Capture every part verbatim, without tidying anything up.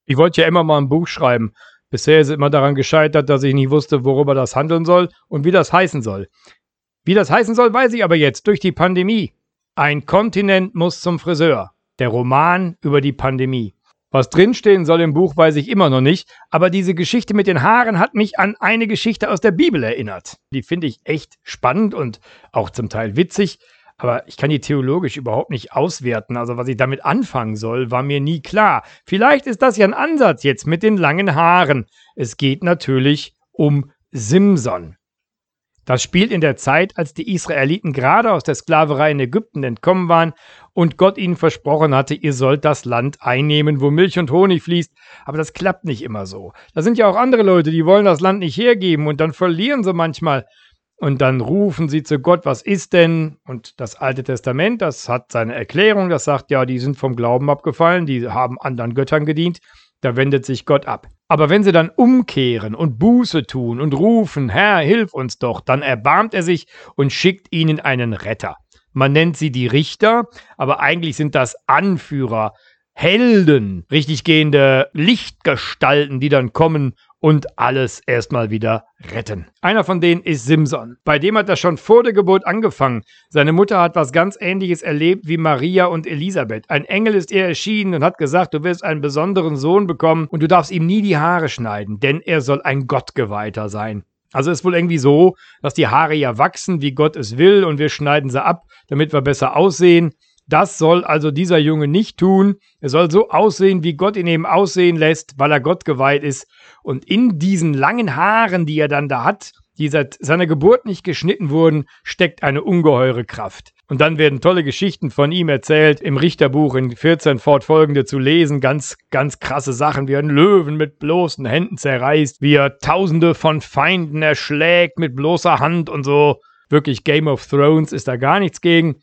Ich wollte ja immer mal ein Buch schreiben. Bisher ist es immer daran gescheitert, dass ich nicht wusste, worüber das handeln soll und wie das heißen soll. Wie das heißen soll, weiß ich aber jetzt, durch die Pandemie. Ein Kontinent muss zum Friseur. Der Roman über die Pandemie. Was drinstehen soll im Buch, weiß ich immer noch nicht, aber diese Geschichte mit den Haaren hat mich an eine Geschichte aus der Bibel erinnert. Die finde ich echt spannend und auch zum Teil witzig, aber ich kann die theologisch überhaupt nicht auswerten. Also was ich damit anfangen soll, war mir nie klar. Vielleicht ist das ja ein Ansatz jetzt mit den langen Haaren. Es geht natürlich um Simson. Das spielt in der Zeit, als die Israeliten gerade aus der Sklaverei in Ägypten entkommen waren und Gott ihnen versprochen hatte, ihr sollt das Land einnehmen, wo Milch und Honig fließt. Aber das klappt nicht immer so. Da sind ja auch andere Leute, die wollen das Land nicht hergeben und dann verlieren sie manchmal. Und dann rufen sie zu Gott, was ist denn? Und das Alte Testament, das hat seine Erklärung, das sagt, ja, die sind vom Glauben abgefallen, die haben anderen Göttern gedient. Da wendet sich Gott ab. Aber wenn sie dann umkehren und Buße tun und rufen, Herr, hilf uns doch, dann erbarmt er sich und schickt ihnen einen Retter. Man nennt sie die Richter, aber eigentlich sind das Anführer, Helden, richtig gehende Lichtgestalten, die dann kommen und alles erstmal wieder retten. Einer von denen ist Simson. Bei dem hat das schon vor der Geburt angefangen. Seine Mutter hat was ganz Ähnliches erlebt wie Maria und Elisabeth. Ein Engel ist ihr erschienen und hat gesagt, du wirst einen besonderen Sohn bekommen und du darfst ihm nie die Haare schneiden, denn er soll ein Gottgeweihter sein. Also ist wohl irgendwie so, dass die Haare ja wachsen, wie Gott es will, und wir schneiden sie ab, damit wir besser aussehen. Das soll also dieser Junge nicht tun. Er soll so aussehen, wie Gott ihn eben aussehen lässt, weil er Gott geweiht ist. Und in diesen langen Haaren, die er dann da hat, die seit seiner Geburt nicht geschnitten wurden, steckt eine ungeheure Kraft. Und dann werden tolle Geschichten von ihm erzählt, im Richterbuch in vierzehn fortfolgende zu lesen. Ganz, ganz krasse Sachen, wie er einen Löwen mit bloßen Händen zerreißt, wie er Tausende von Feinden erschlägt mit bloßer Hand und so. Wirklich Game of Thrones ist da gar nichts gegen.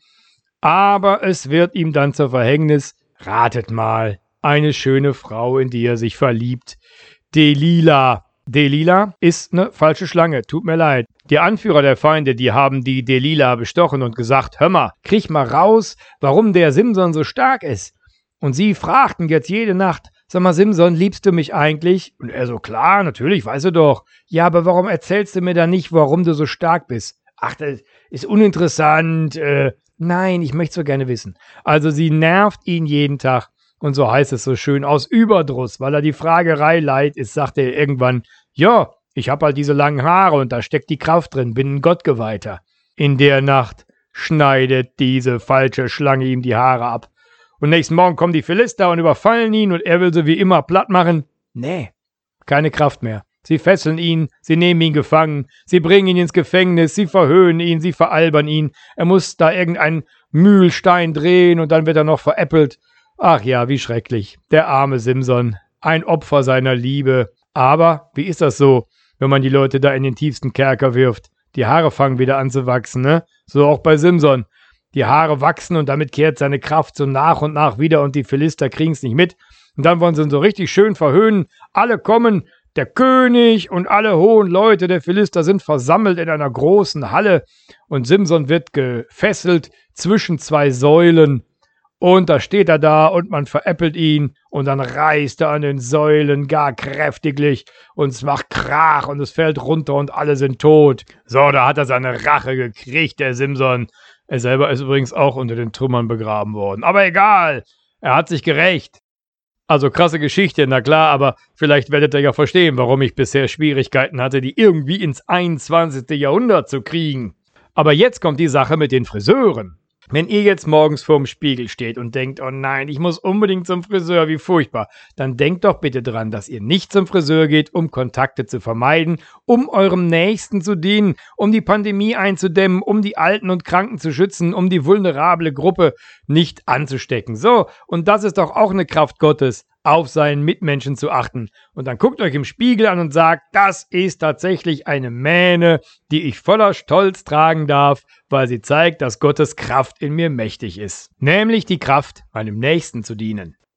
Aber es wird ihm dann zur Verhängnis, ratet mal, eine schöne Frau, in die er sich verliebt. Delila. Delila ist eine falsche Schlange, tut mir leid. Die Anführer der Feinde, die haben die Delila bestochen und gesagt, hör mal, krieg mal raus, warum der Simson so stark ist. Und sie fragten jetzt jede Nacht, sag mal Simson, liebst du mich eigentlich? Und er so, klar, natürlich, weißt du doch. Ja, aber warum erzählst du mir dann nicht, warum du so stark bist? Ach, das ist uninteressant, äh, Nein, ich möchte so gerne wissen. Also sie nervt ihn jeden Tag. Und so heißt es so schön, aus Überdruss, weil er die Fragerei leid ist, sagt er irgendwann, ja, ich habe halt diese langen Haare und da steckt die Kraft drin, bin ein Gottgeweihter. In der Nacht schneidet diese falsche Schlange ihm die Haare ab. Und nächsten Morgen kommen die Philister und überfallen ihn und er will sie wie immer platt machen. Nee, keine Kraft mehr. Sie fesseln ihn, sie nehmen ihn gefangen, sie bringen ihn ins Gefängnis, sie verhöhnen ihn, sie veralbern ihn. Er muss da irgendeinen Mühlstein drehen und dann wird er noch veräppelt. Ach ja, wie schrecklich. Der arme Simson, ein Opfer seiner Liebe. Aber, wie ist das so, wenn man die Leute da in den tiefsten Kerker wirft? Die Haare fangen wieder an zu wachsen, ne? So auch bei Simson. Die Haare wachsen und damit kehrt seine Kraft so nach und nach wieder und die Philister kriegen es nicht mit. Und dann wollen sie ihn so richtig schön verhöhnen. Alle kommen. Der König und alle hohen Leute der Philister sind versammelt in einer großen Halle und Simson wird gefesselt zwischen zwei Säulen und da steht er da und man veräppelt ihn und dann reißt er an den Säulen gar kräftiglich und es macht Krach und es fällt runter und alle sind tot. So, da hat er seine Rache gekriegt, der Simson. Er selber ist übrigens auch unter den Trümmern begraben worden. Aber egal, er hat sich gerächt. Also krasse Geschichte, na klar, aber vielleicht werdet ihr ja verstehen, warum ich bisher Schwierigkeiten hatte, die irgendwie ins einundzwanzigste Jahrhundert zu kriegen. Aber jetzt kommt die Sache mit den Friseuren. Wenn ihr jetzt morgens vorm Spiegel steht und denkt, oh nein, ich muss unbedingt zum Friseur, wie furchtbar, dann denkt doch bitte dran, dass ihr nicht zum Friseur geht, um Kontakte zu vermeiden, um eurem Nächsten zu dienen, um die Pandemie einzudämmen, um die Alten und Kranken zu schützen, um die vulnerable Gruppe nicht anzustecken. So, und das ist doch auch eine Kraft Gottes, auf seinen Mitmenschen zu achten. Und dann guckt euch im Spiegel an und sagt, das ist tatsächlich eine Mähne, die ich voller Stolz tragen darf, weil sie zeigt, dass Gottes Kraft in mir mächtig ist. Nämlich die Kraft, meinem Nächsten zu dienen.